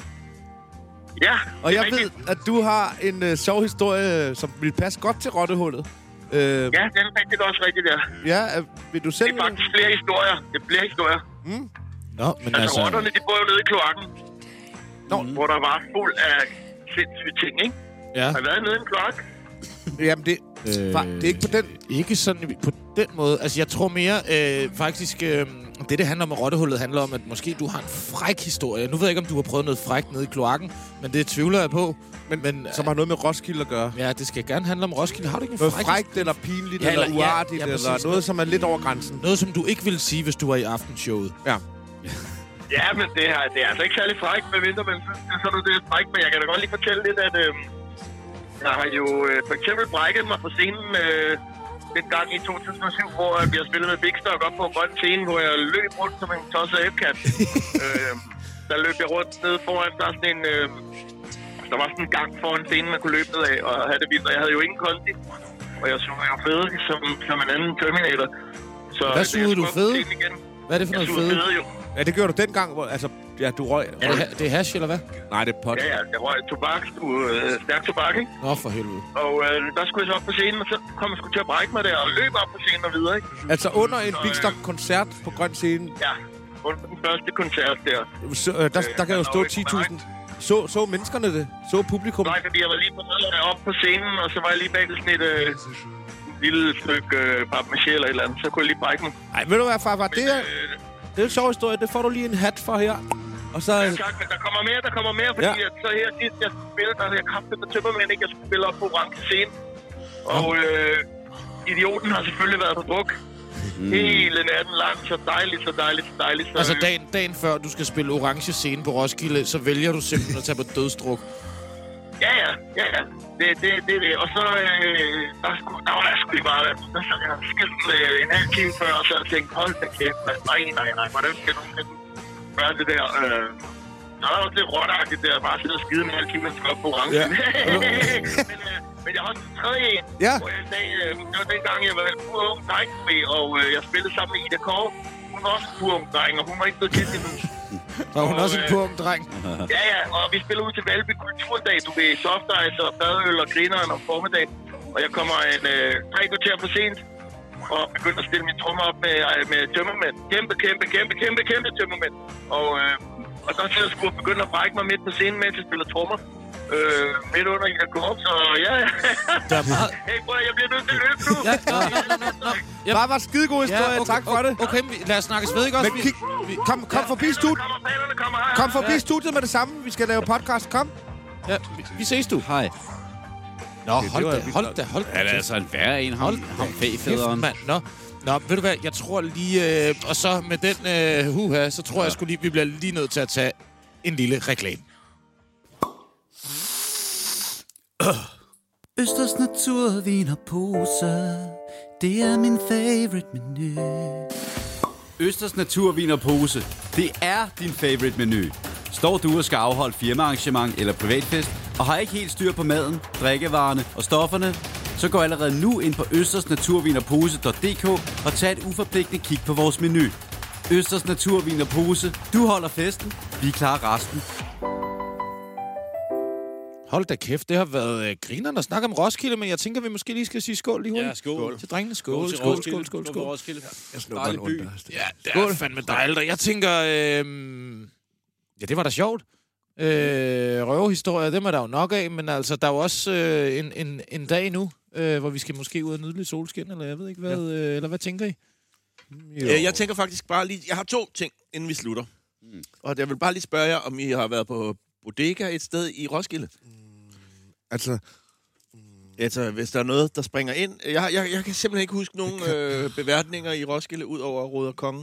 S8: Ja,
S3: og jeg ved, at du har en øh, sjov historie, som vil passe godt til Rottehullet.
S8: Øh, ja, den er faktisk også rigtigt der.
S3: Ja, øh, vil du selv...
S8: Det er faktisk flere historier. Det er flere historier.
S3: Mm.
S2: Nå, men
S8: altså...
S2: altså...
S8: rotterne, de bor jo nede i kloakken. Nå. Hvor der var fuld af sindssyge ting, ikke?
S2: Ja.
S8: Har I været nede i en kloak?
S3: Jamen, det, øh, det er ikke på den...
S2: Ikke sådan på den måde. Altså, jeg tror mere øh, faktisk... Øh, det, det handler om, at Rottehullet handler om, at måske du har en fræk historie. Nu ved jeg ikke, om du har prøvet noget frækt nede i kloakken, men det tvivler jeg på. Men, men,
S3: som har noget med Roskilde at gøre.
S2: Ja, det skal gerne handle om Roskilde. Har du ikke en
S3: noget
S2: fræk
S3: frækt eller pinligt
S2: ja,
S3: eller, eller uartigt,
S2: ja, ja,
S3: eller noget, som er lidt over grænsen?
S2: Noget, som du ikke ville sige, hvis du var i aftenshowet.
S3: Ja.
S8: Ja, men det, her, det er altså ikke særlig frækt, medmindre man synes, det er sådan noget, det er frækt. Men jeg kan da godt lige fortælle lidt, at øh, jeg har jo øh, for eksempel brækket mig på scenen øh, en gang i to tusind og syv, hvor vi har spillet med Big Stock op på en grøn scene, hvor jeg løb rundt som en tosset F-kat. øh, der løb jeg rundt ned foran, der sådan en... Øh, der var sådan en gang foran scenen, man kunne løbe ned af og have det vildt. Og jeg havde jo ingen kondi, og jeg så jo fede som, som en anden Terminator. Så
S2: hvad sugede du fede? Hvad er det for
S8: jeg
S2: noget fede?
S8: fede jo.
S3: Ja, det gjorde du dengang, hvor altså, ja, du røg.
S2: Er det, det er hash, eller hvad?
S3: Nej, det er pot.
S8: Ja, ja, jeg røg tobak, du, øh, stærk tobak, ikke?
S2: Nå, for helvede.
S8: Og øh, der skulle jeg så op på scenen, og så kom jeg sgu til at brække mig der og løbe op på scenen og videre, ikke?
S3: Altså under en Big Stock-koncert på grøn scene?
S8: Ja, under den første koncert der.
S3: Så, øh, der, der kan jo stå ti tusind. Så, så menneskerne det? Så publikum?
S8: Nej, fordi jeg var lige på op på scenen, og så var jeg lige bag sådan et øh, lille stykke øh, papmaché eller et eller andet, så kunne jeg lige brække mig.
S3: Ej, ved du hvad, farfar? Det er,
S8: øh,
S3: det er en sjov historie. Det får du lige en hat for her. Og så...
S8: Ja, tak, men der kommer mere, der kommer mere, fordi ja. så her sidst jeg spillede, der havde jeg kraftigt på tømmermænd, ikke? Jeg skulle spille op på orange scene. Og øh, idioten har selvfølgelig været på druk. Mm. Hele natten lang, så dejligt, så dejligt, så dejligt. Så
S2: altså dagen, dagen før du skal spille orange scene på Roskilde, så vælger du simpelthen at tage på dødsdruk.
S8: Ja, ja, ja, ja. Det det, det, det. Og så, øh, der, skulle, der var der sgu ikke meget. Der så jeg skilt øh, en halv time før, og så jeg tænkte, hold da kæft, man. Nej, nej, nej, hvordan skal du gøre det der? Øh, så er der også lidt rådagtigt der, bare sidde og skide en halv time, man skal op på orange. Ja. men, øh, men jeg har også en tredje en,
S3: ja.
S8: hvor jeg sagde, øh, det var dengang, jeg var en pur ung dreng med, og øh, jeg spillede sammen med Ida Kåre. Hun var også en pur ung dreng, og hun var ikke blevet kendt endnu.
S2: Var hun og, også en pur ung dreng?
S8: Ja, ja, og vi spiller ud til Valby Kulturdag. Du ved, softice og badøl og grineren om formiddagen. Og jeg kommer en øh, tre kvarter for sent, og begynder at stille min trommer op med, øh, med tømmermænd. Kæmpe, kæmpe, kæmpe, kæmpe, kæmpe tømmermænd. Og, øh, og der til at skulle begynde at brække mig midt på scenen, mens jeg spiller trommer. Øh, midt under Ida Kåre, så ja, ja.
S2: Der er meget...
S8: Hey, bror, jeg bliver nødt til at løbe nu.
S2: Ja, nå, nå, nå, nå.
S3: Ja. Bare var skidegod historie, ja, okay, tak for
S2: okay,
S3: det.
S2: Okay, lad os snakkes ved, ikke også?
S3: Men kig, kom, kom ja. forbi studiet. Kom forbi ja. studiet med det samme. Vi skal lave podcast, kom.
S2: Ja, vi, vi ses du.
S4: Hej.
S2: Nå, hold da, hold da, hold da.
S4: Ja, det er altså en værre en, ham, ham fæfæderen.
S2: Nå, nå, ved du hvad, jeg tror lige, øh, og så med den øh, huha, så tror ja. jeg sgu lige, vi bliver lige nødt til at tage en lille reklame.
S7: Østers Natur Vin og Pose, det er min favorite menu. Østers Natur Vin og Pose, det er din favorite menu. Står du og skal afholde firmaarrangement eller privatfest, og har ikke helt styr på maden, drikkevarerne og stofferne, så gå allerede nu ind på østers naturvin og pose punktum d k og tag et uforpligtende kig på vores menu. Østers Naturvin og Pose, du holder festen, vi klarer resten.
S2: Hold da kæft, det har været øh, grinerne at snakke om Roskilde, men jeg tænker, vi måske lige skal sige skål lige hurtigt.
S4: Ja, skål. skål.
S2: Til drengene. Skål, skål, skål, skål, skål, skål.
S4: Roskilde.
S3: Jeg snupper en under.
S2: Ja, det er fandme dejligt. Jeg tænker, øh, ja, det var da sjovt. Øh, røvehistorier, dem er der jo nok af, men altså, der er jo også øh, en, en, en dag nu, øh, hvor vi skal måske ud og nyde lidt solskin, eller jeg ved ikke hvad, øh, eller hvad tænker I?
S5: Øh, jeg tænker faktisk bare lige, jeg har to ting, inden vi slutter. Mm. Og jeg vil bare lige spørge jer, om I har været på bodega et sted i Roskilde? Mm.
S3: Altså...
S5: Altså, hvis der er noget, der springer ind. Jeg, jeg, jeg kan simpelthen ikke huske nogen
S3: kan...
S5: øh, beværtninger i Roskilde, ud over Ruder Kongen.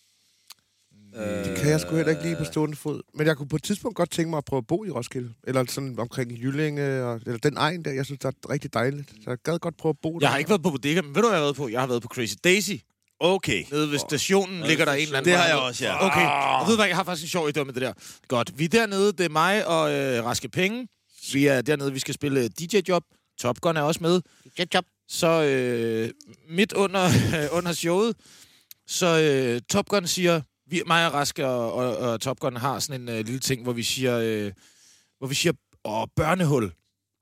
S3: Det kan jeg sgu heller ikke lige på stående fod. Men jeg kunne på et tidspunkt godt tænke mig at prøve at bo i Roskilde. Eller sådan omkring Jyllinge, og, eller den egen der. Jeg synes, det er rigtig dejligt. Så jeg gad godt prøve at bo der.
S2: Jeg har ikke været på bodega, men ved du, hvad jeg har været på? Jeg har været på Crazy Daisy.
S5: Okay.
S2: Nede ved stationen oh. ligger der en eller anden...
S5: Det har jeg også, ja.
S2: Okay, og ved du hvad, jeg har faktisk en sjov idé med det der. Godt, vi er dernede, det er mig og øh, Raske Penge. Vi er dernede, vi skal spille D J-job. Top Gun er også med. D J-job. Så øh, midt under, øh, under showet, så øh, Top Gun siger... Vi, mig og Raske og, og, og Top Gun har sådan en øh, lille ting, hvor vi siger... Øh, hvor vi siger, åh, børnehul.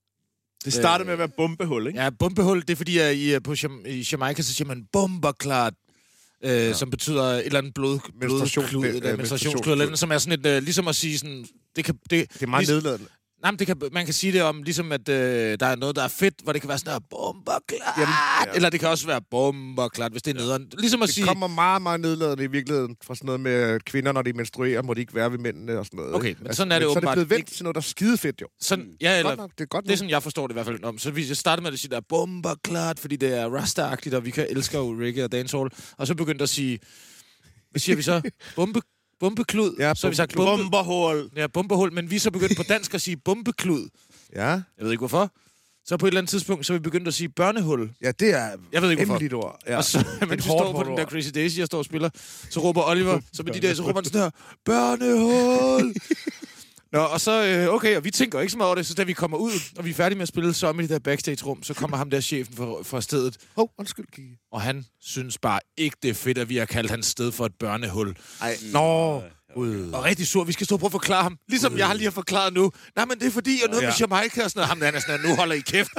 S5: Det starter øh, med at være bombehul, ikke?
S2: Ja, bombehul, det er fordi, at I, på Jam- i Jamaica, så siger man bomberklart. Øh, ja. Som betyder et eller andet blod, blodklud, eller menstruationsklud, eller som er sådan et, øh, ligesom at sige sådan, det kan... Det,
S3: det er meget
S2: ligesom,
S3: nedladende.
S2: Nej, men det kan, man kan sige det om, ligesom at øh, der er noget, der er fedt, hvor det kan være sådan her, bomberklart, ja. Eller det kan også være bomberklart, hvis det er nederen. Ligesom at
S3: det
S2: sige...
S3: kommer meget, meget nedladende i virkeligheden fra sådan noget med, at kvinder, når de menstruerer, må de ikke være ved mændene og sådan noget.
S2: Okay, men
S3: altså,
S2: sådan er det
S3: men
S2: åbenbart.
S3: Så er det blevet vendt til noget, der er skide fedt, jo.
S2: Sådan, ja, eller,
S3: godt nok, det er godt
S2: det er sådan, jeg forstår det i hvert fald om. Så vi startede med at sige, der er bomberklart, fordi det er Rasta-agtigt, og vi kan elske jo reggae og dancehall. Og så begyndte at sige, hvad siger vi så? Bombe... Bombeklud.
S3: Ja,
S2: så har vi sagt bombe...
S5: bomberhul.
S2: Ja, bombehul, men vi er så begyndt på dansk at sige bombeklud.
S3: Ja.
S2: Jeg ved ikke hvorfor. Så på et eller andet tidspunkt, så er vi begyndt at sige børnehul.
S3: Ja, det er
S2: jeg ved ikke hvorfor.
S3: ord. Ja.
S2: Og så, mens vi står på den der Crazy Daisy, jeg står og spiller, så råber Oliver, så med de der, så råber han sådan her, børnehul! Nå, og så, øh, okay, og vi tænker ikke så meget over det, så da vi kommer ud, og vi er færdige med at spille, så om i det der backstage-rum, så kommer ham der chefen fra, fra stedet.
S3: Hov, oh, undskyld, Kiki.
S2: Og han synes bare ikke, det er fedt, at vi har kaldt hans sted for et børnehul.
S3: Ej, nå...
S2: Ud. Og rigtig sur. Vi skal stå på at forklare ham. Ligesom Ud. jeg har lige har forklaret nu. Nej, men det er fordi, jeg noget ja. med Jamaica og sådan noget. Ham der er sådan, nu holder I kæft.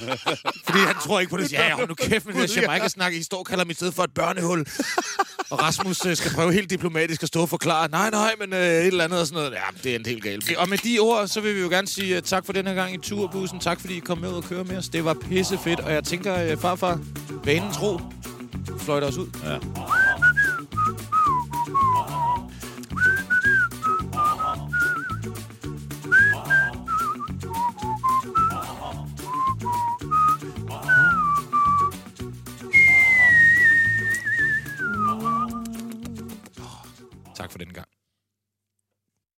S2: Fordi han tror ikke på det. Ja, ja, hold nu kæft med det der Jamaica-snak. I står og kalder mit sted for et børnehul. Og Rasmus øh, skal prøve helt diplomatisk at stå og forklare. Nej, nej, men øh, et eller andet og sådan noget. Ja, det er en helt galt. Og med de ord, så vil vi jo gerne sige uh, tak for den her gang i Turbussen. Tak fordi I kom med ud og køre med os. Det var pisse fedt. Og jeg tænker, uh, farfar, vanen tro, fløjter os ud. Ja.